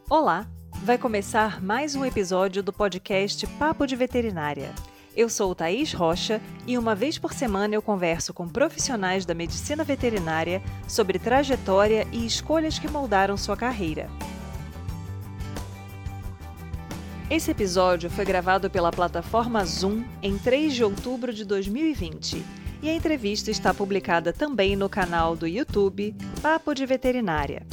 Olá! Vai começar mais um episódio do podcast Papo de Veterinária. Eu sou Thaís Rocha e uma vez por semana eu converso com profissionais da medicina veterinária sobre trajetória e escolhas que moldaram sua carreira. Esse episódio foi gravado pela plataforma Zoom em 3 de outubro de 2020 e a entrevista está publicada também no canal do YouTube Papo de Veterinária.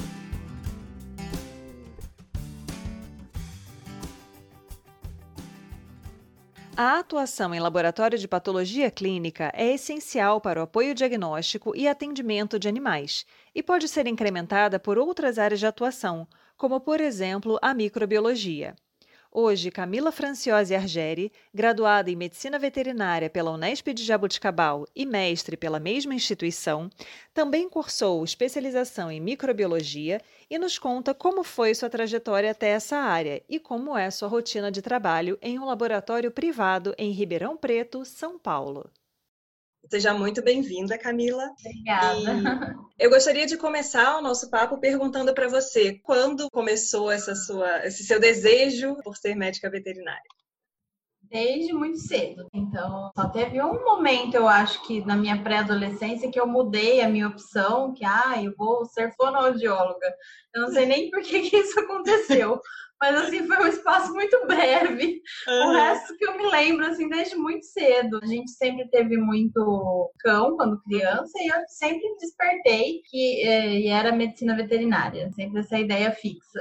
A atuação em laboratório de patologia clínica é essencial para o apoio diagnóstico e atendimento de animais e pode ser incrementada por outras áreas de atuação, como, por exemplo, a microbiologia. Hoje, Camila Franciose Argeri, graduada em Medicina Veterinária pela Unesp de Jaboticabal e mestre pela mesma instituição, também cursou especialização em microbiologia e nos conta como foi sua trajetória até essa área e como é sua rotina de trabalho em um laboratório privado em Ribeirão Preto, São Paulo. Seja muito bem-vinda, Camila. Obrigada. Eu gostaria de começar o nosso papo perguntando para você quando começou esse seu desejo por ser médica veterinária? Desde muito cedo. Então, só teve um momento, eu acho que na minha pré-adolescência, que eu mudei a minha opção, que eu vou ser fonoaudióloga. Eu não sei nem por que isso aconteceu. Mas, assim, foi um espaço muito breve. O resto que eu me lembro, assim, desde muito cedo. A gente sempre teve muito cão quando criança e eu sempre despertei que era medicina veterinária. Sempre essa ideia fixa.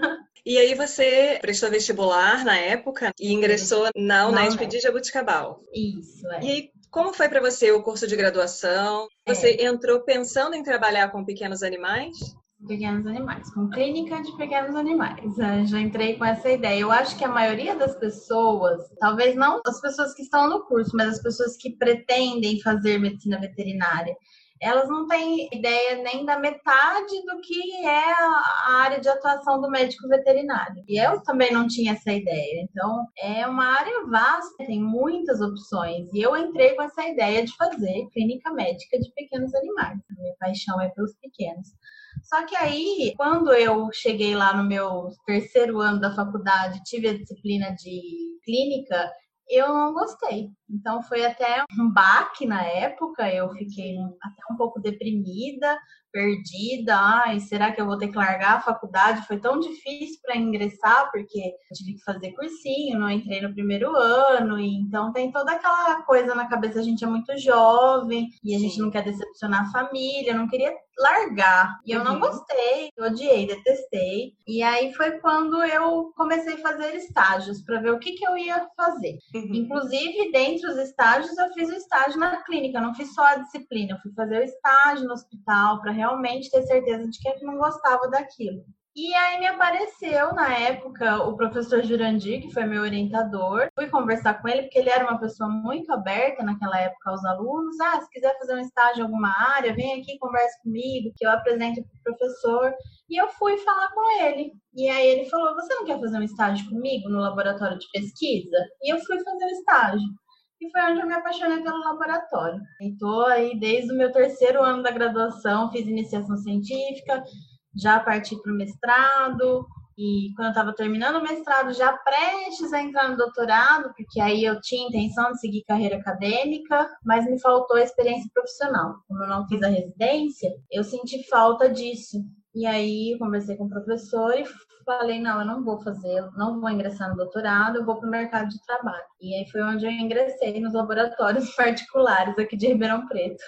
E aí você prestou vestibular na época e ingressou na Unesp de Jaboticabal. Isso, é. E aí, como foi para você o curso de graduação? Você entrou pensando em trabalhar com pequenos animais? Pequenos animais, com clínica de pequenos animais. Eu já entrei com essa ideia. Eu acho que a maioria das pessoas, talvez não as pessoas que estão no curso, mas as pessoas que pretendem fazer medicina veterinária, elas não têm ideia nem da metade do que é a área de atuação do médico veterinário. E eu também não tinha essa ideia. Então, é uma área vasta, tem muitas opções. E eu entrei com essa ideia de fazer clínica médica de pequenos animais. A minha paixão é pelos pequenos. Só que aí, quando eu cheguei lá no meu terceiro ano da faculdade, tive a disciplina de clínica, eu não gostei. Então foi até um baque na época, eu fiquei até um pouco deprimida, perdida. Será que eu vou ter que largar a faculdade? Foi tão difícil para ingressar, porque eu tive que fazer cursinho, não entrei no primeiro ano, e então tem toda aquela coisa na cabeça, a gente é muito jovem, e a gente não quer decepcionar a família, eu não queria largar. E eu não gostei, eu odiei, detestei. E aí foi quando eu comecei a fazer estágios, para ver o que eu ia fazer. Inclusive, dentre os estágios, eu fiz o estágio na clínica, eu não fiz só a disciplina, eu fui fazer o estágio no hospital para realmente ter certeza de que eu não gostava daquilo. E aí me apareceu, na época, o professor Jurandir, que foi meu orientador. Fui conversar com ele, porque ele era uma pessoa muito aberta naquela época aos alunos. Se quiser fazer um estágio em alguma área, vem aqui, conversa comigo, que eu apresento para o professor. E eu fui falar com ele. E aí ele falou, você não quer fazer um estágio comigo no laboratório de pesquisa? E eu fui fazer o estágio. E foi onde eu me apaixonei pelo laboratório. Estou aí desde o meu terceiro ano da graduação, fiz iniciação científica, já parti para o mestrado, e quando eu estava terminando o mestrado, já prestes a entrar no doutorado, porque aí eu tinha intenção de seguir carreira acadêmica, mas me faltou a experiência profissional. Como eu não fiz a residência, eu senti falta disso. E aí eu conversei com o professor e falei, não, eu não vou fazer, não vou ingressar no doutorado, eu vou para o mercado de trabalho. E aí foi onde eu ingressei nos laboratórios particulares aqui de Ribeirão Preto.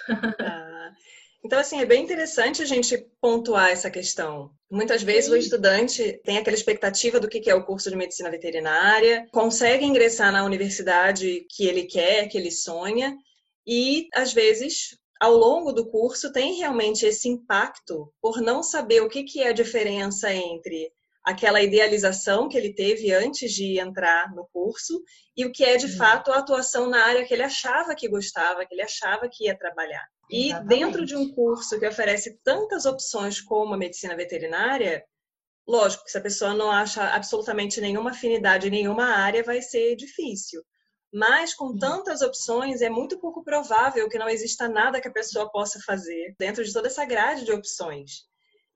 Então, assim, é bem interessante a gente pontuar essa questão. Muitas vezes o estudante tem aquela expectativa do que é o curso de medicina veterinária, consegue ingressar na universidade que ele quer, que ele sonha, e, às vezes, ao longo do curso, tem realmente esse impacto por não saber o que é a diferença entre aquela idealização que ele teve antes de entrar no curso e o que é, de fato, a atuação na área que ele achava que gostava, que ele achava que ia trabalhar. E dentro de um curso que oferece tantas opções como a medicina veterinária, lógico que se a pessoa não acha absolutamente nenhuma afinidade em nenhuma área, vai ser difícil. Mas com tantas opções, é muito pouco provável que não exista nada que a pessoa possa fazer dentro de toda essa grade de opções.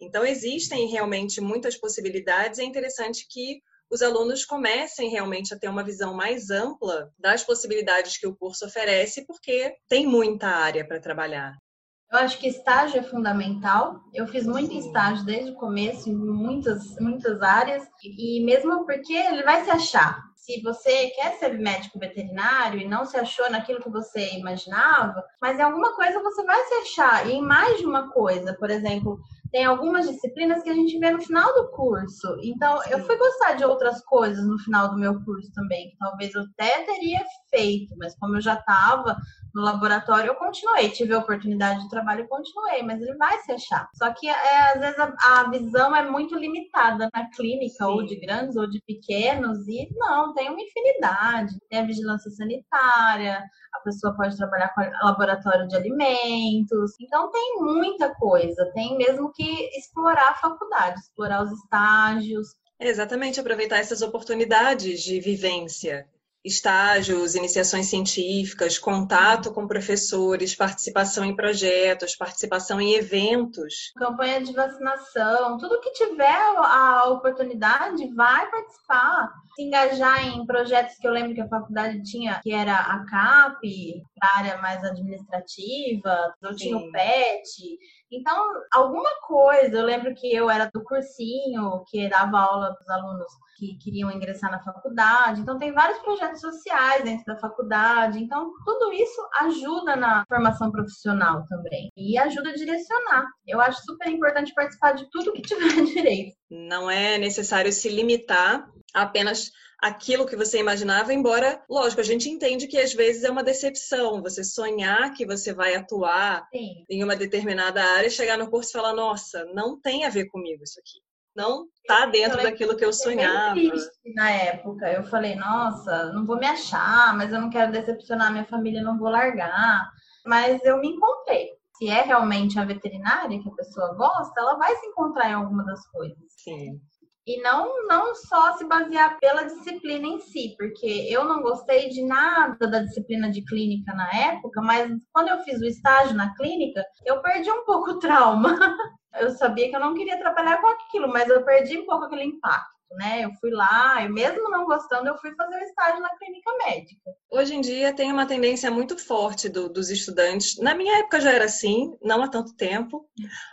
Então, existem realmente muitas possibilidades. É interessante que os alunos comecem realmente a ter uma visão mais ampla das possibilidades que o curso oferece, porque tem muita área para trabalhar. Eu acho que estágio é fundamental. Eu fiz muito Sim, estágio desde o começo, em muitas áreas, e mesmo porque ele vai se achar. Se você quer ser médico veterinário e não se achou naquilo que você imaginava, mas em alguma coisa você vai se achar, e em mais de uma coisa. Por exemplo, tem algumas disciplinas que a gente vê no final do curso. Então, eu fui sim. gostar de outras coisas no final do meu curso também, que talvez eu até teria feito, mas como eu já estava no laboratório, eu continuei. Tive a oportunidade de trabalho e continuei, mas ele vai se achar. Só que, às vezes, a visão é muito limitada na clínica, ou de Sim. grandes ou de pequenos, e não, tem uma infinidade. Tem a vigilância sanitária, a pessoa pode trabalhar com laboratório de alimentos. Então, tem muita coisa. Tem mesmo que explorar a faculdade, explorar os estágios. É exatamente, aproveitar essas oportunidades de vivência, estágios, iniciações científicas, contato com professores, participação em projetos, participação em eventos. Campanha de vacinação, tudo que tiver a oportunidade, vai participar. Se engajar em projetos que eu lembro que a faculdade tinha, que era a CAP, a área mais administrativa, eu tinha o Sim. PET. Então, alguma coisa, eu lembro que eu era do cursinho, que dava aula para os alunos que queriam ingressar na faculdade. Então, tem vários projetos sociais dentro da faculdade. Então, tudo isso ajuda na formação profissional também e ajuda a direcionar. Eu acho super importante participar de tudo que tiver direito. Não é necessário se limitar a apenas aquilo que você imaginava, embora, lógico, a gente entende que às vezes é uma decepção você sonhar que você vai atuar Sim. em uma determinada área, chegar no curso e falar, nossa, não tem a ver comigo isso aqui. Não está Eu dentro lembro daquilo que eu que eu fiquei bem sonhava. triste na época. Eu falei, nossa, não vou me achar, mas eu não quero decepcionar minha família, não vou largar. Mas eu me encontrei. Se é realmente a veterinária que a pessoa gosta, ela vai se encontrar em alguma das coisas. Sim. E não só se basear pela disciplina em si, porque eu não gostei de nada da disciplina de clínica na época, mas quando eu fiz o estágio na clínica, eu perdi um pouco o trauma. Eu sabia que eu não queria trabalhar com aquilo, mas eu perdi um pouco aquele impacto, né? Eu fui lá, eu mesmo não gostando, eu fui fazer o estágio na clínica médica. Hoje em dia tem uma tendência muito forte dos estudantes. Na minha época já era assim, não há tanto tempo,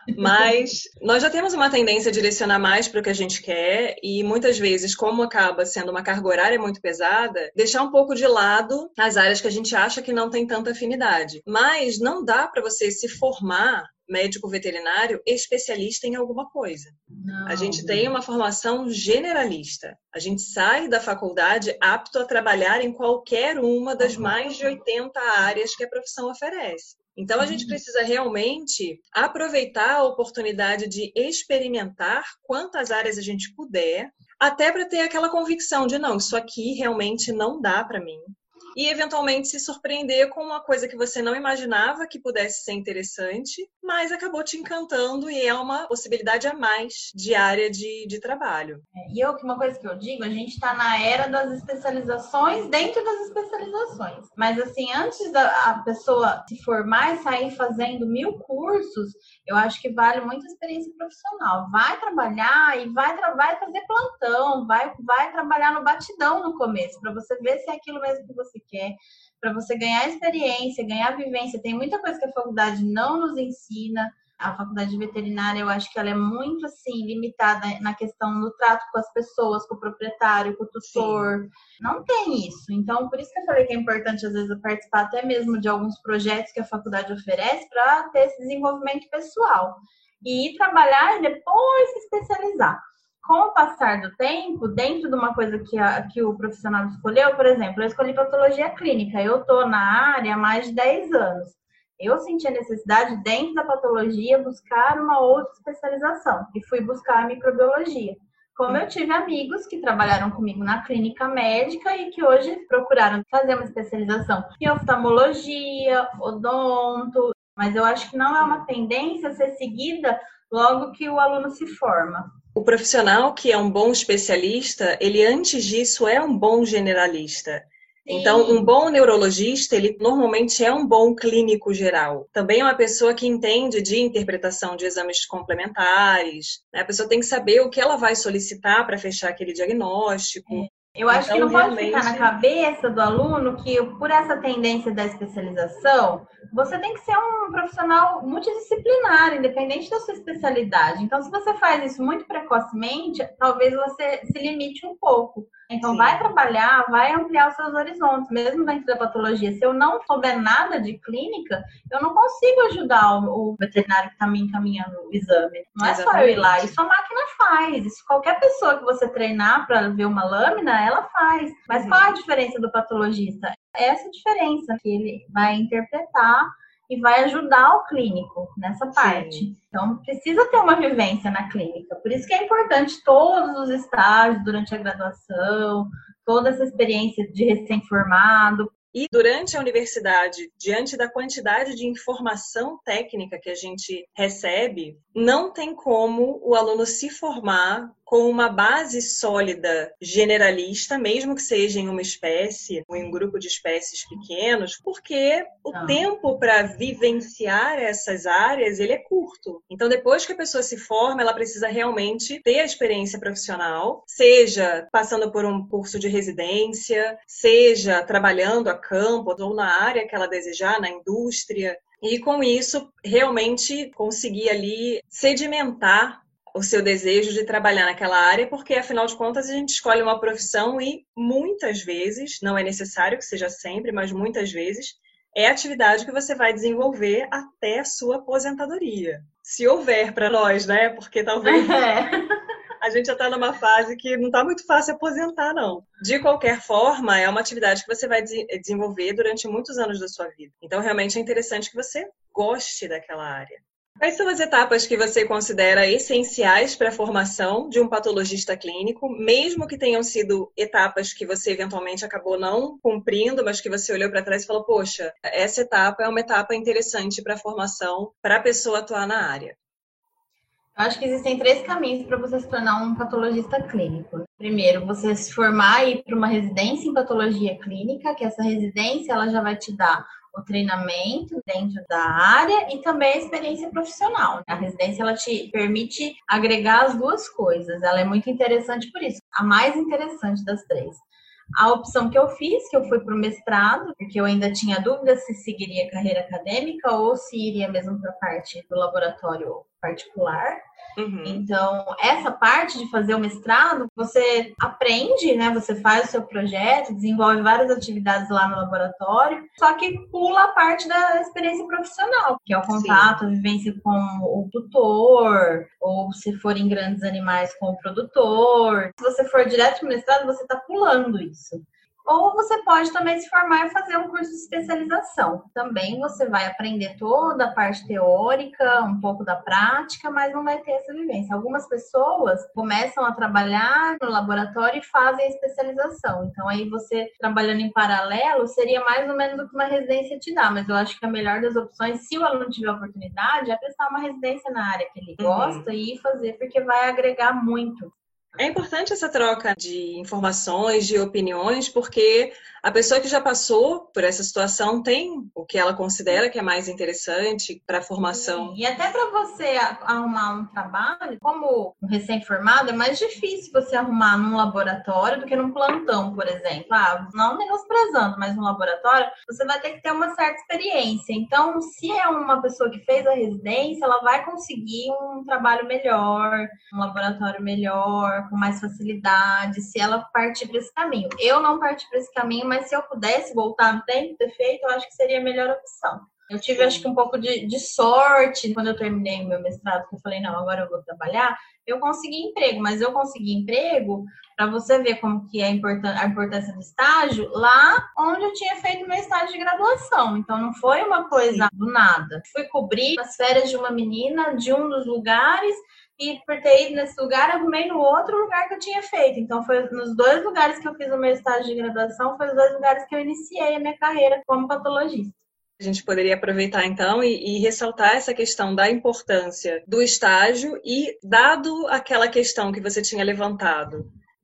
mas nós já temos uma tendência a direcionar mais para o que a gente quer e muitas vezes, como acaba sendo uma carga horária muito pesada, deixar um pouco de lado as áreas que a gente acha que não tem tanta afinidade. Mas não dá para você se formar médico veterinário especialista em alguma coisa. A Não. gente tem uma formação generalista. A gente sai da faculdade apto a trabalhar em qualquer uma das mais de 80 áreas que a profissão oferece. Então, a gente precisa realmente aproveitar a oportunidade de experimentar quantas áreas a gente puder, até para ter aquela convicção de, não, isso aqui realmente não dá para mim. E, eventualmente, se surpreender com uma coisa que você não imaginava que pudesse ser interessante, mas acabou te encantando e é uma possibilidade a mais de área de trabalho. E uma coisa que eu digo, a gente está na era das especializações dentro das especializações. Mas assim, antes da a pessoa se formar e sair fazendo 1000 cursos, eu acho que vale muito a experiência profissional. Vai trabalhar e vai fazer plantão, vai trabalhar no batidão no começo, para você ver se é aquilo mesmo que você quer, para você ganhar experiência, ganhar vivência. Tem muita coisa que a faculdade não nos ensina. A faculdade de veterinária, eu acho que ela é muito, assim, limitada na questão do trato com as pessoas, com o proprietário, com o tutor. Sim. Não tem isso. Então, por isso que eu falei que é importante, às vezes, participar até mesmo de alguns projetos que a faculdade oferece para ter esse desenvolvimento pessoal. E ir trabalhar e depois se especializar. Com o passar do tempo, dentro de uma coisa que o profissional escolheu, por exemplo, eu escolhi patologia clínica. Eu estou na área há mais de 10 anos. Eu senti a necessidade, dentro da patologia, buscar uma outra especialização e fui buscar a microbiologia. Como eu tive amigos que trabalharam comigo na clínica médica e que hoje procuraram fazer uma especialização em oftalmologia, odonto, mas eu acho que não é uma tendência a ser seguida logo que o aluno se forma. O profissional que é um bom especialista, ele antes disso é um bom generalista. Então, um bom neurologista, ele normalmente é um bom clínico geral. Também é uma pessoa que entende de interpretação de exames complementares, né? A pessoa tem que saber o que ela vai solicitar para fechar aquele diagnóstico. Eu acho que Então, não pode ficar realmente... na cabeça do aluno que, por essa tendência da especialização, você tem que ser um profissional multidisciplinar, independente da sua especialidade. Então, se você faz isso muito precocemente, talvez você se limite um pouco. Então, vai trabalhar, vai ampliar os seus horizontes, mesmo dentro da patologia. Se eu não souber nada de clínica, eu não consigo ajudar o veterinário que está me encaminhando o exame. Não é só eu ir lá, isso a máquina faz. Isso qualquer pessoa que você treinar para ver uma lâmina, ela faz. Mas qual a diferença do patologista? Essa diferença que ele vai interpretar e vai ajudar o clínico nessa parte. Sim. Então, precisa ter uma vivência na clínica. Por isso que é importante todos os estágios durante a graduação, toda essa experiência de recém-formado. E durante a universidade, diante da quantidade de informação técnica que a gente recebe, não tem como o aluno se formar com uma base sólida generalista, mesmo que seja em uma espécie ou em um grupo de espécies pequenos, porque o tempo para vivenciar essas áreas ele é curto. Então, depois que a pessoa se forma, ela precisa realmente ter a experiência profissional, seja passando por um curso de residência, seja trabalhando a campo ou na área que ela desejar, na indústria. E com isso, realmente conseguir ali sedimentar o seu desejo de trabalhar naquela área, porque afinal de contas a gente escolhe uma profissão e muitas vezes, não é necessário que seja sempre, mas muitas vezes, é a atividade que você vai desenvolver até a sua aposentadoria. Se houver para nós, né? Porque talvez a gente já está numa fase que não está muito fácil aposentar, não. De qualquer forma, é uma atividade que você vai desenvolver durante muitos anos da sua vida. Então, realmente é interessante que você goste daquela área. Quais são as etapas que você considera essenciais para a formação de um patologista clínico, mesmo que tenham sido etapas que você eventualmente acabou não cumprindo, mas que você olhou para trás e falou, poxa, essa etapa é uma etapa interessante para a formação, para a pessoa atuar na área? Eu acho que existem 3 caminhos para você se tornar um patologista clínico. Primeiro, você se formar e ir para uma residência em patologia clínica, que essa residência ela já vai te dar o treinamento dentro da área e também a experiência profissional. A residência ela te permite agregar as duas coisas. Ela é muito interessante por isso. A mais interessante das 3. A opção que eu fiz, que eu fui para o mestrado, porque eu ainda tinha dúvida se seguiria carreira acadêmica ou se iria mesmo para a parte do laboratório particular. Então, essa parte de fazer o mestrado, você aprende, né? Você faz o seu projeto, desenvolve várias atividades lá no laboratório, só que pula a parte da experiência profissional, que é o contato, a vivência com o tutor, ou se for em grandes animais, com o produtor. Se você for direto no mestrado, você está pulando isso. Ou você pode também se formar e fazer um curso de especialização. Também você vai aprender toda a parte teórica, um pouco da prática, mas não vai ter essa vivência. Algumas pessoas começam a trabalhar no laboratório e fazem a especialização. Então, aí você, trabalhando em paralelo, seria mais ou menos o que uma residência te dá. Mas eu acho que a melhor das opções, se o aluno tiver oportunidade, é prestar uma residência na área que ele gosta e ir fazer, porque vai agregar muito. É importante essa troca de informações, de opiniões, porque a pessoa que já passou por essa situação tem o que ela considera que é mais interessante para a formação. E até para você arrumar um trabalho, como um recém-formado, é mais difícil você arrumar num laboratório do que num plantão, por exemplo. Não menosprezando, mas no laboratório, você vai ter que ter uma certa experiência. Então, se é uma pessoa que fez a residência, ela vai conseguir um trabalho melhor, um laboratório melhor, com mais facilidade, se ela partir para esse caminho. Eu não parti para esse caminho, mas se eu pudesse voltar no tempo, ter feito, eu acho que seria a melhor opção. Eu tive, acho que, um pouco de sorte quando eu terminei o meu mestrado, que eu falei, não, agora eu vou trabalhar. Eu consegui emprego, mas eu consegui emprego, para você ver como que é a importância do estágio, lá onde eu tinha feito meu estágio de graduação. Então, não foi uma coisa do nada. Fui cobrir as férias de uma menina de um dos lugares, e por ter ido nesse lugar, arrumei no outro lugar que eu tinha feito. Então, foi nos 2 lugares que eu fiz o meu estágio de graduação, foi os 2 lugares que eu iniciei a minha carreira como patologista. A gente poderia aproveitar, então, e ressaltar essa questão da importância do estágio e, dado aquela questão que você tinha levantado,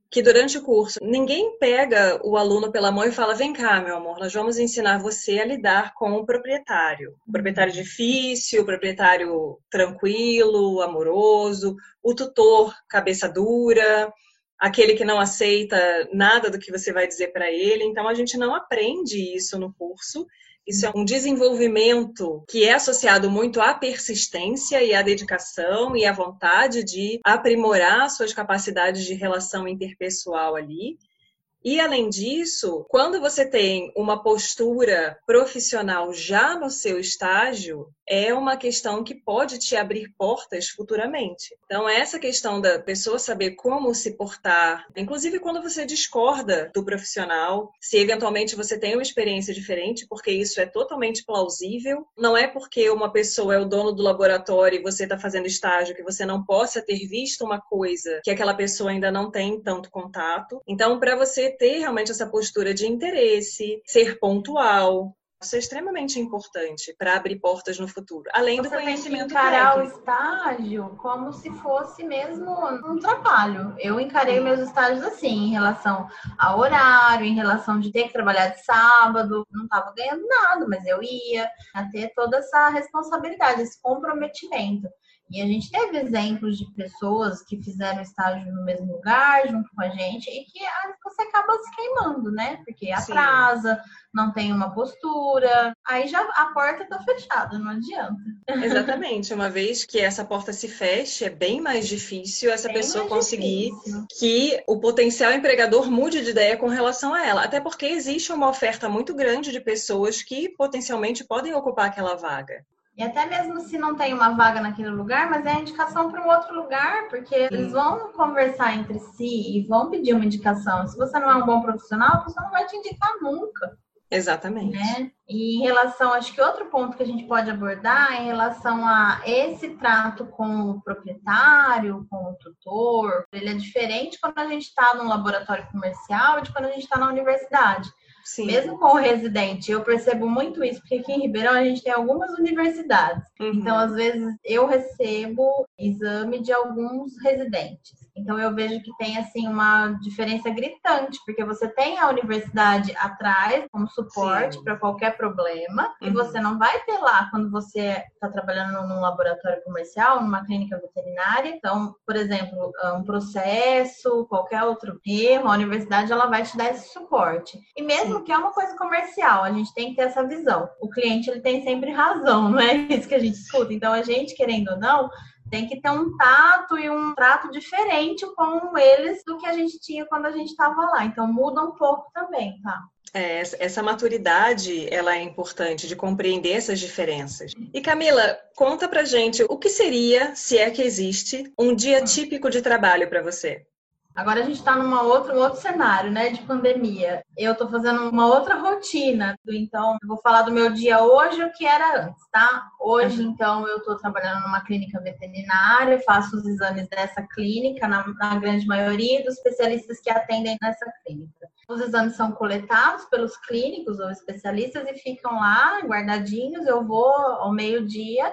que durante o curso ninguém pega o aluno pela mão e fala: vem cá, meu amor, nós vamos ensinar você a lidar com o proprietário. O proprietário difícil, o proprietário tranquilo, amoroso, o tutor cabeça dura, aquele que não aceita nada do que você vai dizer para ele. Então a gente não aprende isso no curso. Isso é um desenvolvimento que é associado muito à persistência e à dedicação e à vontade de aprimorar suas capacidades de relação interpessoal ali. E, além disso, quando você tem uma postura profissional já no seu estágio, é uma questão que pode te abrir portas futuramente. Então, essa questão da pessoa saber como se portar, inclusive quando você discorda do profissional, se eventualmente você tem uma experiência diferente, porque isso é totalmente plausível. Não é porque uma pessoa é o dono do laboratório e você está fazendo estágio que você não possa ter visto uma coisa que aquela pessoa ainda não tem tanto contato. Então, para você ter realmente essa postura de interesse, ser pontual, isso é extremamente importante para abrir portas no futuro, além do conhecimento técnico. Você tem que encarar técnico. o estágio como se fosse mesmo um trabalho. Eu encarei meus estágios assim, em relação ao horário, em relação de ter que trabalhar de sábado, não estava ganhando nada, mas eu ia ter toda essa responsabilidade, esse comprometimento. E a gente teve exemplos de pessoas que fizeram estágio no mesmo lugar, junto com a gente, e que você acaba se queimando, né? Porque atrasa, não tem uma postura, aí já a porta tá fechada, não adianta. Exatamente, uma vez que essa porta se feche, é bem mais difícil essa pessoa conseguir que o potencial empregador mude de ideia com relação a ela. Até porque existe uma oferta muito grande de pessoas que potencialmente podem ocupar aquela vaga. E até mesmo se não tem uma vaga naquele lugar, mas é a indicação para um outro lugar, porque eles vão conversar entre si e vão pedir uma indicação. Se você não é um bom profissional, a pessoa não vai te indicar nunca. Exatamente. Né? E em relação, acho que outro ponto que a gente pode abordar é em relação a esse trato com o proprietário, com o tutor. Ele é diferente quando a gente está num laboratório comercial de quando a gente está na universidade. Sim. Mesmo com o residente, eu percebo muito isso, porque aqui em Ribeirão a gente tem algumas universidades. Então, às vezes, eu recebo exame de alguns residentes. Então, eu vejo que tem, assim, uma diferença gritante, porque você tem a universidade atrás como suporte para qualquer problema, e você não vai ter lá quando você está trabalhando num laboratório comercial, numa clínica veterinária. Então, por exemplo, um processo, qualquer outro erro, a universidade ela vai te dar esse suporte. E mesmo que é uma coisa comercial, a gente tem que ter essa visão. O cliente ele tem sempre razão, não é isso que a gente escuta. Então, a gente, querendo ou não, tem que ter um tato e um trato diferente com eles do que a gente tinha quando a gente estava lá. Então, muda um pouco também, tá? Essa maturidade, ela é importante de compreender essas diferenças. E Camila, conta pra gente o que seria, se é que existe, um dia típico de trabalho para você? Agora a gente está num outro cenário, né, de pandemia. Eu estou fazendo uma outra rotina, então eu vou falar do meu dia hoje o que era antes, tá? Hoje, então, eu estou trabalhando numa clínica veterinária, faço os exames dessa clínica, na grande maioria dos especialistas que atendem nessa clínica. Os exames são coletados pelos clínicos ou especialistas e ficam lá guardadinhos. Eu vou ao meio-dia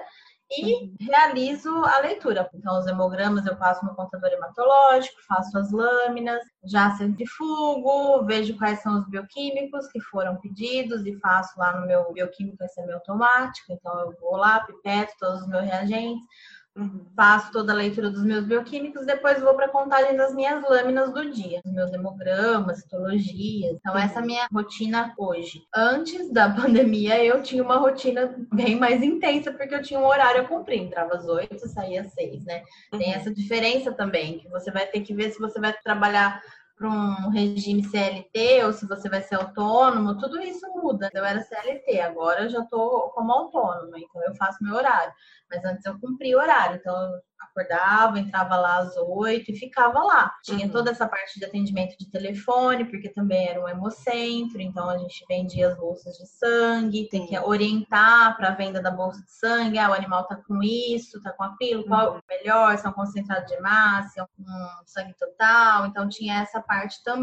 e realizo a leitura. Então, os hemogramas eu passo no contador hematológico, faço as lâminas, já centrifugo, vejo quais são os bioquímicos que foram pedidos e faço lá no meu bioquímico semiautomático. Então, eu vou lá, pipeto todos os meus reagentes, faço toda a leitura dos meus bioquímicos, depois vou para a contagem das minhas lâminas do dia, dos meus hemogramas, citologias. Então, essa é a minha rotina hoje. Antes da pandemia, eu tinha uma rotina bem mais intensa, porque eu tinha um horário a cumprir. Entrava às 8, saía às 6, né? Tem essa diferença também, que você vai ter que ver se você vai trabalhar para um regime CLT ou se você vai ser autônomo, tudo isso muda. Eu era CLT, agora eu já estou como autônoma, então eu faço meu horário. Mas antes eu cumpria o horário, então eu acordava, entrava lá às 8 e ficava lá. Tinha toda essa parte de atendimento de telefone, porque também era um hemocentro, então a gente vendia as bolsas de sangue, tem que orientar para a venda da bolsa de sangue, o animal tá com isso, tá com aquilo, qual é o melhor, se é um concentrado de hemácia, um sangue total, então tinha essa parte também.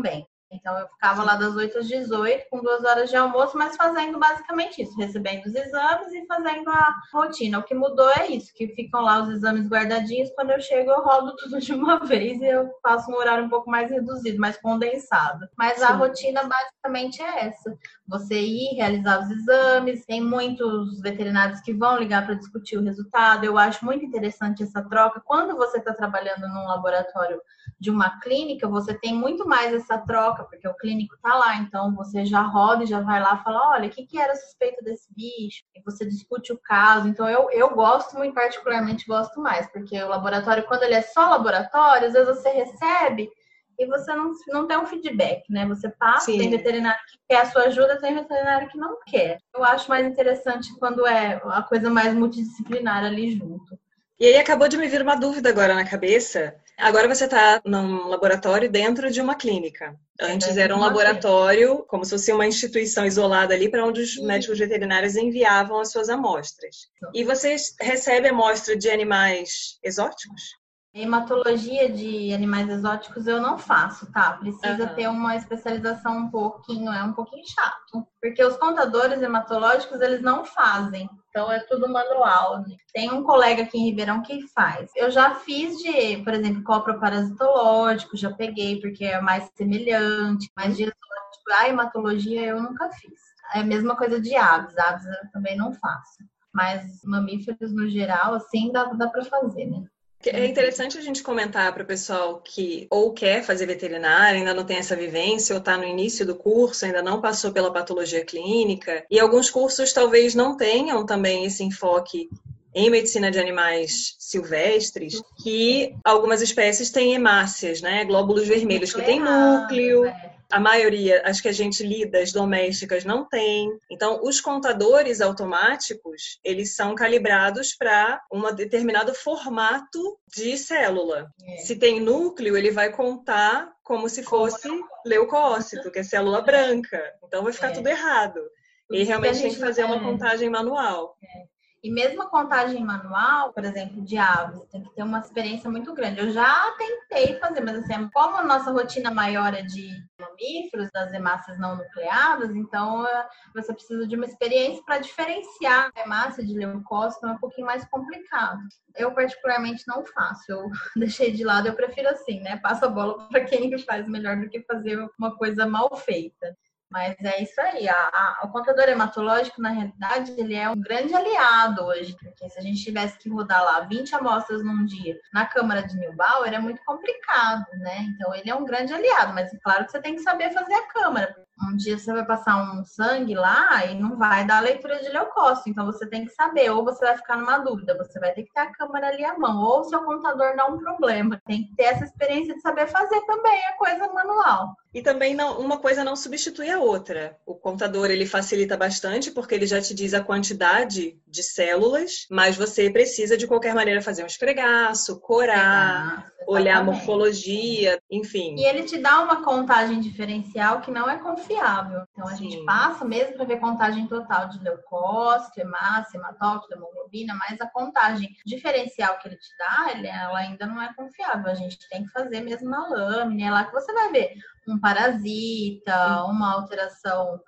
Então, eu ficava lá das 8 às 18, com 2 horas de almoço, mas fazendo basicamente isso, recebendo os exames e fazendo a rotina. O que mudou é isso, que ficam lá os exames guardadinhos, quando eu chego eu rodo tudo de uma vez e eu faço um horário um pouco mais reduzido, mais condensado. Mas a rotina basicamente é essa. Você ir realizar os exames, tem muitos veterinários que vão ligar para discutir o resultado. Eu acho muito interessante essa troca. Quando você está trabalhando num laboratório de uma clínica, você tem muito mais essa troca, porque o clínico está lá, então você já roda e já vai lá e fala, olha, o que era suspeita desse bicho? E você discute o caso. Então eu gosto muito, particularmente gosto mais, porque o laboratório, quando ele é só laboratório, às vezes você recebe e você não tem um feedback, né? Você passa, Sim. Tem veterinário que quer a sua ajuda, tem veterinário que não quer. Eu acho mais interessante quando é a coisa mais multidisciplinar ali junto. E aí acabou de me vir uma dúvida agora na cabeça. Agora você está num laboratório dentro de uma clínica. Antes era um laboratório, como se fosse uma instituição isolada ali, para onde os médicos veterinários enviavam as suas amostras. E você recebe amostra de animais exóticos? Hematologia de animais exóticos eu não faço, tá? Precisa ter uma especialização um pouquinho chato. Porque os contadores hematológicos, eles não fazem. Então, é tudo manual, né? Tem um colega aqui em Ribeirão que faz. Eu já fiz de, por exemplo, coproparasitológico, já peguei, porque é mais semelhante. Mas de exótico, a hematologia eu nunca fiz. É a mesma coisa de aves. Aves eu também não faço. Mas mamíferos, no geral, assim, dá para fazer, né? É interessante a gente comentar para o pessoal que ou quer fazer veterinária, ainda não tem essa vivência, ou está no início do curso, ainda não passou pela patologia clínica, e alguns cursos talvez não tenham também esse enfoque em medicina de animais silvestres, que algumas espécies têm hemácias, né? Glóbulos vermelhos que têm núcleo. A maioria, as que a gente lida, as domésticas, não tem. Então, os contadores automáticos, eles são calibrados para um determinado formato de célula. Se tem núcleo, ele vai contar como se fosse leucócito, que é célula branca. Então, vai ficar tudo errado. E realmente tem que fazer uma contagem manual. E mesmo a contagem manual, por exemplo, de aves, tem que ter uma experiência muito grande. Eu já tentei fazer, mas assim, como a nossa rotina maior é de mamíferos, das hemácias não nucleadas, então você precisa de uma experiência para diferenciar a hemácia de leucócito, é um pouquinho mais complicado. Eu, particularmente, não faço. Eu deixei de lado, eu prefiro assim, né? Passa a bola para quem faz melhor do que fazer uma coisa mal feita. Mas é isso aí. O contador hematológico, na realidade, ele é um grande aliado hoje. Porque se a gente tivesse que rodar lá 20 amostras num dia na Câmara de Neubauer, é muito complicado, né? Então, ele é um grande aliado. Mas, é claro que você tem que saber fazer a Câmara. Um dia você vai passar um sangue lá e não vai dar a leitura de leucócito. Então, você tem que saber. Ou você vai ficar numa dúvida. Você vai ter que ter a Câmara ali à mão. Ou o seu contador dá um problema. Tem que ter essa experiência de saber fazer também a coisa manual. E também uma coisa não substitui a outra. O contador, ele facilita bastante porque ele já te diz a quantidade de células, mas você precisa de qualquer maneira fazer um esfregaço, corar, olhar a morfologia, enfim. E ele te dá uma contagem diferencial que não é confiável. Então a gente passa mesmo para ver contagem total de leucócito, hemácia, hematócrito, hemoglobina, mas a contagem diferencial que ele te dá, ela ainda não é confiável. A gente tem que fazer mesmo na lâmina, é lá que você vai ver um parasita, uma alteração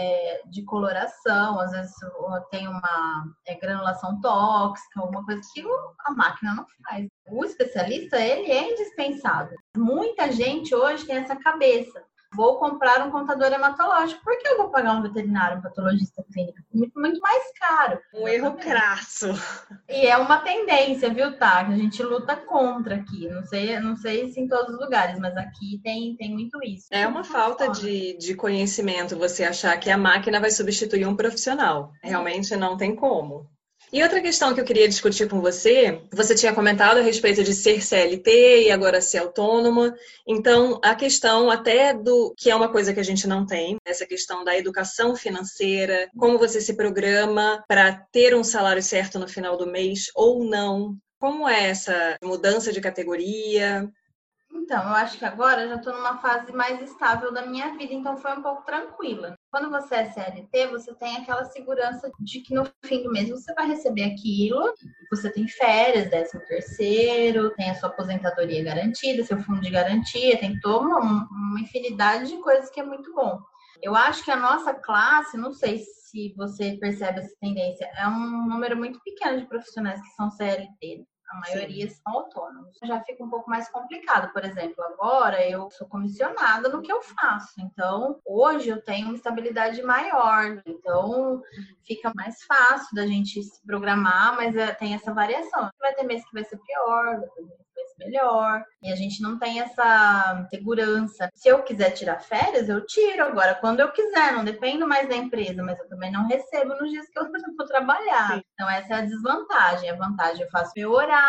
de coloração, às vezes tem uma granulação tóxica, alguma coisa que a máquina não faz. O especialista, ele é indispensável. Muita gente hoje tem essa cabeça. Vou comprar um contador hematológico. Por que eu vou pagar um veterinário, um patologista clínico? Muito, muito mais caro. Um erro crasso. E é uma tendência, viu, tá? Que a gente luta contra aqui. Não sei se em todos os lugares, mas aqui tem muito isso. É uma falta de conhecimento você achar que a máquina vai substituir um profissional. Realmente não tem como. E outra questão que eu queria discutir com você, você tinha comentado a respeito de ser CLT e agora ser autônoma. Então, a questão até do que é uma coisa que a gente não tem, essa questão da educação financeira, como você se programa para ter um salário certo no final do mês ou não. Como é essa mudança de categoria? Então, eu acho que agora eu já estou numa fase mais estável da minha vida, então foi um pouco tranquila. Quando você é CLT, você tem aquela segurança de que no fim do mês você vai receber aquilo, você tem férias, 13º, tem a sua aposentadoria garantida, seu fundo de garantia, tem toda uma infinidade de coisas que é muito bom. Eu acho que a nossa classe, não sei se você percebe essa tendência, é um número muito pequeno de profissionais que são CLT. A maioria são autônomos. Já fica um pouco mais complicado. Por exemplo, agora eu sou comissionada no que eu faço. Então, hoje eu tenho uma estabilidade maior. Então, fica mais fácil da gente se programar, mas tem essa variação. Vai ter mês que vai ser pior, vai ter mês que vai ser melhor. E a gente não tem essa segurança. Se eu quiser tirar férias, eu tiro agora. Quando eu quiser, não dependo mais da empresa, mas eu também não recebo nos dias que eu vou trabalhar. Sim. Então, essa é a desvantagem. A vantagem, eu faço meu horário.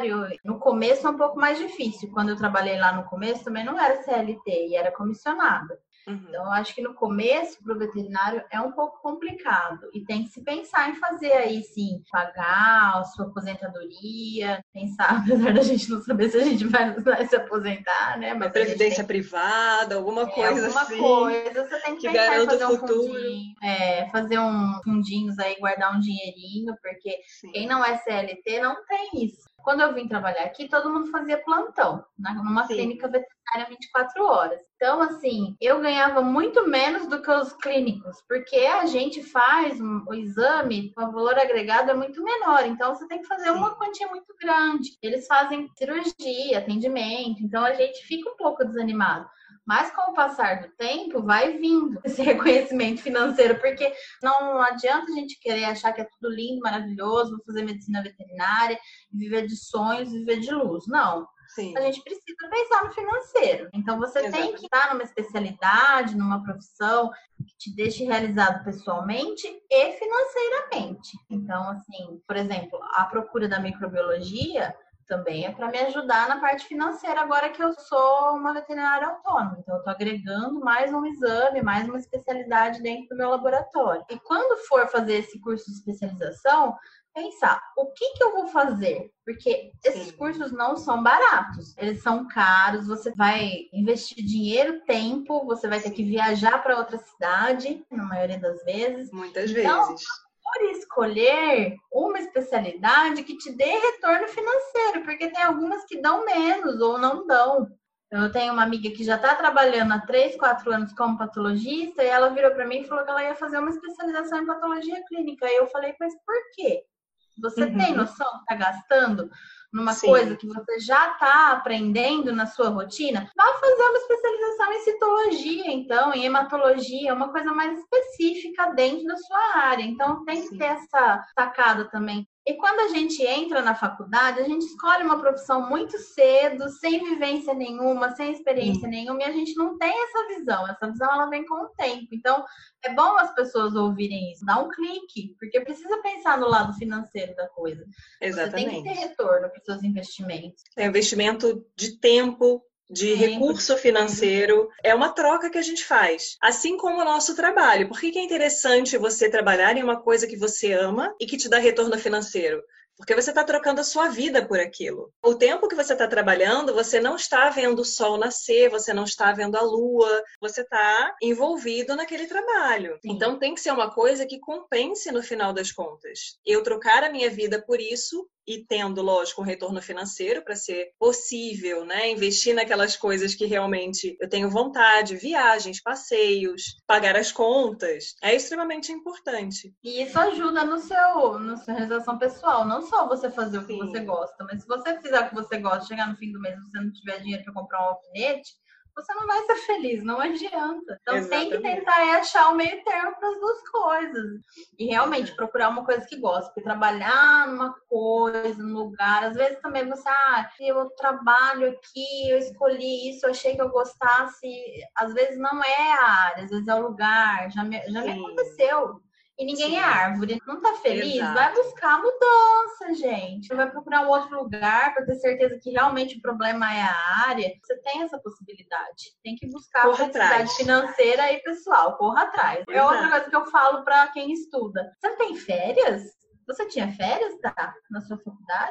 No começo é um pouco mais difícil. Quando eu trabalhei lá no começo, também não era CLT e era comissionada. Então, eu acho que no começo, para o veterinário, é um pouco complicado. E tem que se pensar em fazer aí, sim, pagar a sua aposentadoria, pensar, apesar da gente não saber se a gente vai se aposentar, né? Mas previdência privada, alguma coisa alguma assim. Coisa, você tem que pensar em fazer um fundinho. Fazer fundinhos aí, guardar um dinheirinho, porque quem não é CLT não tem isso. Quando eu vim trabalhar aqui, todo mundo fazia plantão, numa clínica veterinária 24 horas. Então, assim, eu ganhava muito menos do que os clínicos, porque a gente faz o exame, o valor agregado é muito menor. Então, você tem que fazer uma quantia muito grande. Eles fazem cirurgia, atendimento, então a gente fica um pouco desanimado. Mas com o passar do tempo, vai vindo esse reconhecimento financeiro, porque não adianta a gente querer achar que é tudo lindo, maravilhoso, vou fazer medicina veterinária, viver de sonhos, viver de luz. Não. Sim. A gente precisa pensar no financeiro. Então, você tem que estar numa especialidade, numa profissão que te deixe realizado pessoalmente e financeiramente. Então, assim, por exemplo, a procura da microbiologia também é para me ajudar na parte financeira, agora que eu sou uma veterinária autônoma. Então, eu estou agregando mais um exame, mais uma especialidade dentro do meu laboratório. E quando for fazer esse curso de especialização, pensar, o que eu vou fazer? Porque esses cursos não são baratos, eles são caros, você vai investir dinheiro, tempo, você vai ter que viajar para outra cidade, na maioria das vezes. Muitas vezes. Por escolher uma especialidade que te dê retorno financeiro, porque tem algumas que dão menos ou não dão. Eu tenho uma amiga que já está trabalhando há 3, 4 anos como patologista e ela virou para mim e falou que ela ia fazer uma especialização em patologia clínica. E eu falei, mas por quê? Você tem noção que está gastando numa coisa que você já está aprendendo na sua rotina? Vá fazer uma especialização em citologia, então, em hematologia, uma coisa mais específica dentro da sua área. Então, tem que ter essa sacada também. E quando a gente entra na faculdade, a gente escolhe uma profissão muito cedo, sem vivência nenhuma, sem experiência nenhuma, e a gente não tem essa visão. Essa visão, ela vem com o tempo. Então, é bom as pessoas ouvirem isso. Dá um clique, porque precisa pensar no lado financeiro da coisa. Exatamente. Você tem que ter retorno para os seus investimentos. É investimento de tempo, de recurso financeiro, é uma troca que a gente faz, assim como o nosso trabalho. Por que é interessante você trabalhar em uma coisa que você ama e que te dá retorno financeiro? Porque você está trocando a sua vida por aquilo. O tempo que você está trabalhando, você não está vendo o sol nascer, você não está vendo a lua, você está envolvido naquele trabalho. Então tem que ser uma coisa que compense no final das contas. Eu trocar a minha vida por isso e tendo, lógico, um retorno financeiro para ser possível, né? Investir naquelas coisas que realmente eu tenho vontade, viagens, passeios, pagar as contas, é extremamente importante. E isso ajuda na sua realização pessoal, não só você fazer o que você gosta, mas se você fizer o que você gosta, chegar no fim do mês e você não tiver dinheiro para comprar um alfinete, você não vai ser feliz, não adianta. Então tem que tentar achar o meio termo para as duas coisas. E realmente procurar uma coisa que gosta. Porque trabalhar numa coisa, num lugar, às vezes também você, eu trabalho aqui, eu escolhi isso, eu achei que eu gostasse. Às vezes não é a área, às vezes é o lugar. Já me aconteceu. E ninguém é árvore, não tá feliz? Vai buscar mudança, gente. Vai procurar um outro lugar para ter certeza que realmente o problema é a área. Você tem essa possibilidade. Tem que buscar a felicidade financeira e pessoal. Corra atrás. É outra coisa que eu falo para quem estuda. Você tem férias? Você tinha férias, tá? Na sua faculdade?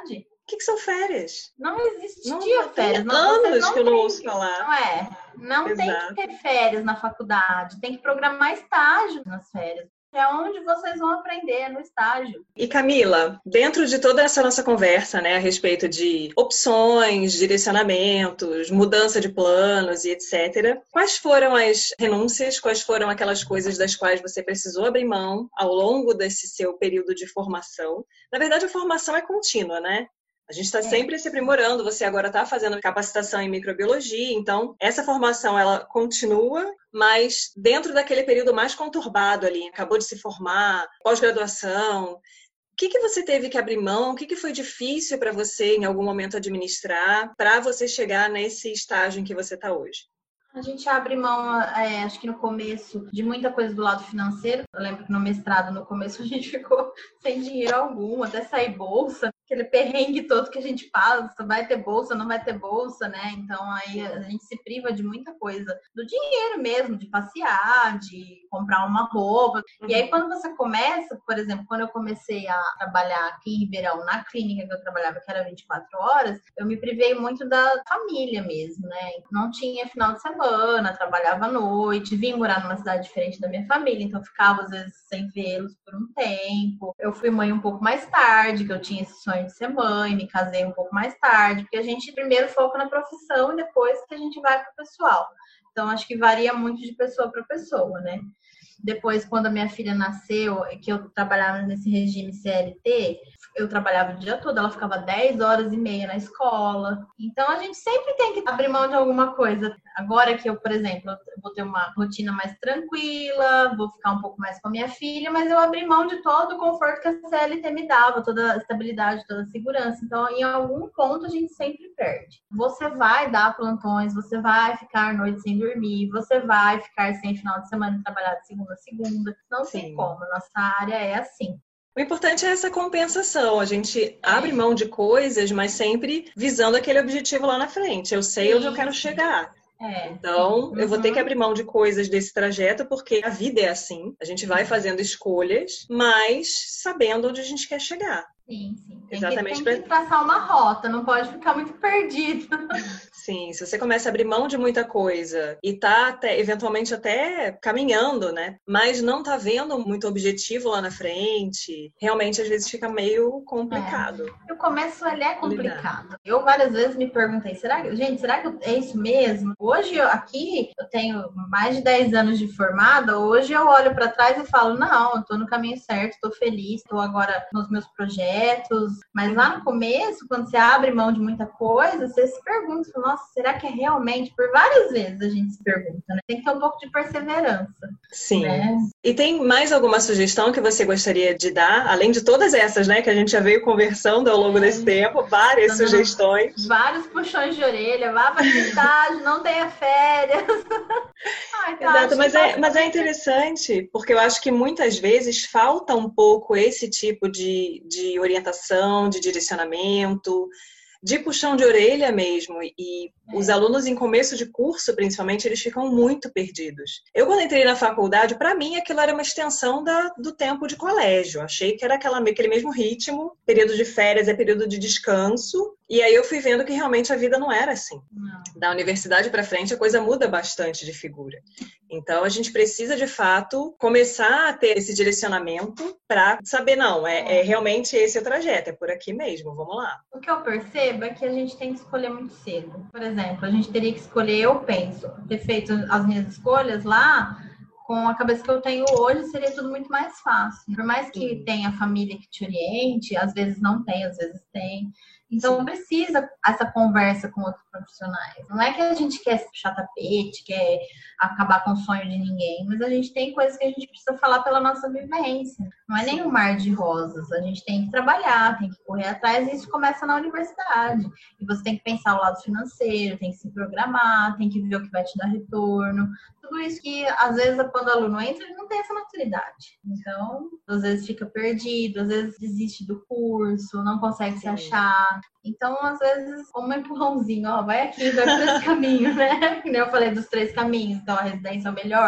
O que são férias? Não existia Não, férias. Tem anos que eu não ouço falar. Não é. Não tem que ter férias na faculdade. Tem que programar estágio nas férias. É onde vocês vão aprender, no estágio. E Camila, dentro de toda essa nossa conversa, né, a respeito de opções, direcionamentos, mudança de planos e etc., quais foram as renúncias, quais foram aquelas coisas das quais você precisou abrir mão ao longo desse seu período de formação? Na verdade, a formação é contínua, né? A gente está sempre se aprimorando, você agora está fazendo capacitação em microbiologia, então essa formação ela continua, mas dentro daquele período mais conturbado ali, acabou de se formar, pós-graduação, o que você teve que abrir mão, o que foi difícil para você em algum momento administrar, para você chegar nesse estágio em que você está hoje? A gente abre mão, acho que no começo, de muita coisa do lado financeiro. Eu lembro que no mestrado, no começo, a gente ficou sem dinheiro algum, até sair bolsa. Aquele perrengue todo que a gente passa, vai ter bolsa, não vai ter bolsa, né? Então, aí a gente se priva de muita coisa. Do dinheiro mesmo, de passear, de comprar uma roupa. E aí, quando você começa, por exemplo, quando eu comecei a trabalhar aqui em Ribeirão, na clínica que eu trabalhava, que era 24 horas, eu me privei muito da família mesmo, né? Não tinha final de semana, trabalhava à noite, vim morar numa cidade diferente da minha família, então ficava às vezes sem vê-los por um tempo. Eu fui mãe um pouco mais tarde, que eu tinha esse sonho de ser mãe, me casei um pouco mais tarde, porque a gente primeiro foca na profissão e depois que a gente vai pro pessoal. Então acho que varia muito de pessoa para pessoa, né? Depois, quando a minha filha nasceu, que eu trabalhava nesse regime CLT, eu trabalhava o dia todo, ela ficava 10 horas e meia na escola. Então, a gente sempre tem que abrir mão de alguma coisa. Agora que eu, por exemplo, eu vou ter uma rotina mais tranquila, vou ficar um pouco mais com a minha filha, mas eu abri mão de todo o conforto que a CLT me dava, toda a estabilidade, toda a segurança. Então, em algum ponto, a gente sempre perde. Você vai dar plantões, você vai ficar noite sem dormir, você vai ficar sem final de semana e trabalhar de segunda a segunda. Não tem como, nossa área é assim. O importante é essa compensação. A gente abre mão de coisas, mas sempre visando aquele objetivo lá na frente. Eu sei onde eu quero chegar. Então, eu vou ter que abrir mão de coisas desse trajeto, porque a vida é assim. A gente vai fazendo escolhas, mas sabendo onde a gente quer chegar. Sim. Tem que traçar uma rota, não pode ficar muito perdido. Sim, se você começa a abrir mão de muita coisa e tá eventualmente até caminhando, né? Mas não tá vendo muito objetivo lá na frente, realmente às vezes fica meio complicado. O começo ele é complicado. Eu várias vezes me perguntei, será que é isso mesmo? Hoje aqui eu tenho mais de 10 anos de formada, hoje eu olho para trás e falo, não, eu tô no caminho certo, tô feliz, tô agora nos meus projetos. Mas lá no começo, quando você abre mão de muita coisa, você se pergunta, nossa, será que é realmente? Por várias vezes a gente se pergunta, né? Tem que ter um pouco de perseverança. Sim. Né? E tem mais alguma sugestão que você gostaria de dar? Além de todas essas, né? Que a gente já veio conversando ao longo desse tempo, várias sugestões. Vários puxões de orelha, vá para estágio, não tenha férias. Exato, mas é interessante, porque eu acho que muitas vezes falta um pouco esse tipo de orientação, de direcionamento, de puxão de orelha mesmo. E os alunos em começo de curso, principalmente, eles ficam muito perdidos. Eu, quando entrei na faculdade, para mim, aquilo era uma extensão do tempo de colégio. Achei que era aquele mesmo ritmo, período de férias é período de descanso. E aí eu fui vendo que realmente a vida não era assim. Não. Da universidade para frente, a coisa muda bastante de figura. Então, a gente precisa, de fato, começar a ter esse direcionamento para saber, não, é realmente esse o trajeto, é por aqui mesmo, vamos lá. O que eu percebo é que a gente tem que escolher muito cedo. Por exemplo, a gente teria que escolher, eu penso, ter feito as minhas escolhas lá, com a cabeça que eu tenho hoje, seria tudo muito mais fácil. Por mais que tenha família que te oriente, às vezes não tem, às vezes tem. Então, precisa essa conversa com outros profissionais. Não é que a gente quer puxar tapete, quer acabar com o sonho de ninguém, mas a gente tem coisas que a gente precisa falar pela nossa vivência. Não é nem um mar de rosas. A gente tem que trabalhar, tem que correr atrás, e isso começa na universidade. E você tem que pensar o lado financeiro, tem que se programar, tem que ver o que vai te dar retorno. Tudo isso que, às vezes, quando o aluno entra, ele não tem essa maturidade. Então, às vezes fica perdido, às vezes desiste do curso, não consegue se achar. Então, às vezes, um empurrãozinho, vai aqui, vai por esse caminho, né? Que nem eu falei dos 3 caminhos. Então, a residência é o melhor.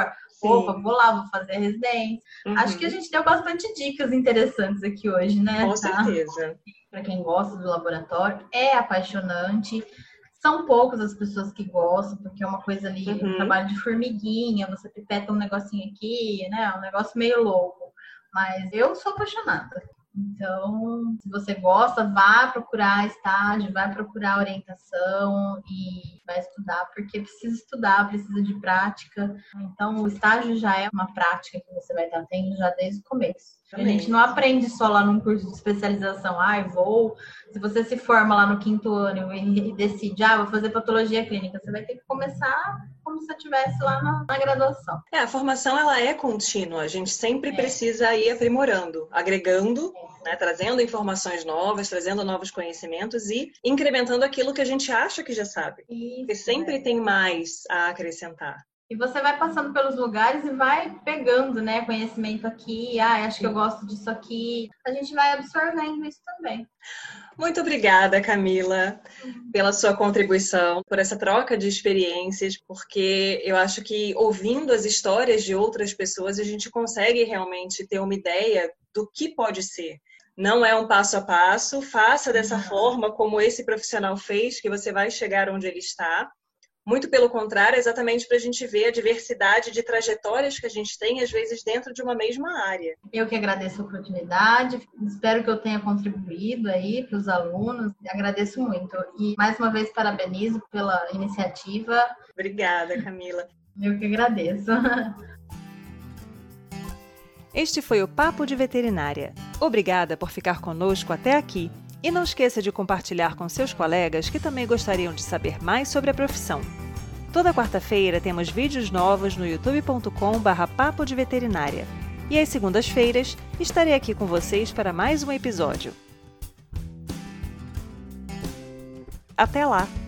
opa, vou lá, vou fazer a residência. Acho que a gente deu bastante dicas interessantes aqui hoje, né? Com certeza. Para quem gosta do laboratório, é apaixonante. São poucas as pessoas que gostam, porque é uma coisa ali, um trabalho de formiguinha, você pipeta um negocinho aqui, né? Um negócio meio louco. Mas eu sou apaixonada. Então, se você gosta, vá procurar estágio, vai procurar orientação e vai estudar, porque precisa estudar, precisa de prática. Então, o estágio já é uma prática que você vai estar tendo já desde o começo. A gente não aprende só lá num curso de especialização. Se você se forma lá no 5º ano e decide, vou fazer patologia clínica, você vai ter que começar como se você estivesse lá na graduação. A formação, ela é contínua. A gente sempre precisa ir aprimorando, agregando, né, trazendo informações novas, trazendo novos conhecimentos e incrementando aquilo que a gente acha que já sabe. Isso, porque sempre tem mais a acrescentar. E você vai passando pelos lugares e vai pegando, né, conhecimento aqui. Acho que eu gosto disso aqui. A gente vai absorvendo isso também. Muito obrigada, Camila, pela sua contribuição, por essa troca de experiências, porque eu acho que ouvindo as histórias de outras pessoas, a gente consegue realmente ter uma ideia do que pode ser. Não é um passo a passo, faça dessa forma como esse profissional fez, que você vai chegar onde ele está. Muito pelo contrário, exatamente para a gente ver a diversidade de trajetórias que a gente tem, às vezes, dentro de uma mesma área. Eu que agradeço a oportunidade, espero que eu tenha contribuído aí para os alunos, agradeço muito. E, mais uma vez, parabenizo pela iniciativa. Obrigada, Camila. Eu que agradeço. Este foi o Papo de Veterinária. Obrigada por ficar conosco até aqui. E não esqueça de compartilhar com seus colegas que também gostariam de saber mais sobre a profissão. Toda quarta-feira temos vídeos novos no youtube.com/papo de veterinária. E às segundas-feiras estarei aqui com vocês para mais um episódio. Até lá!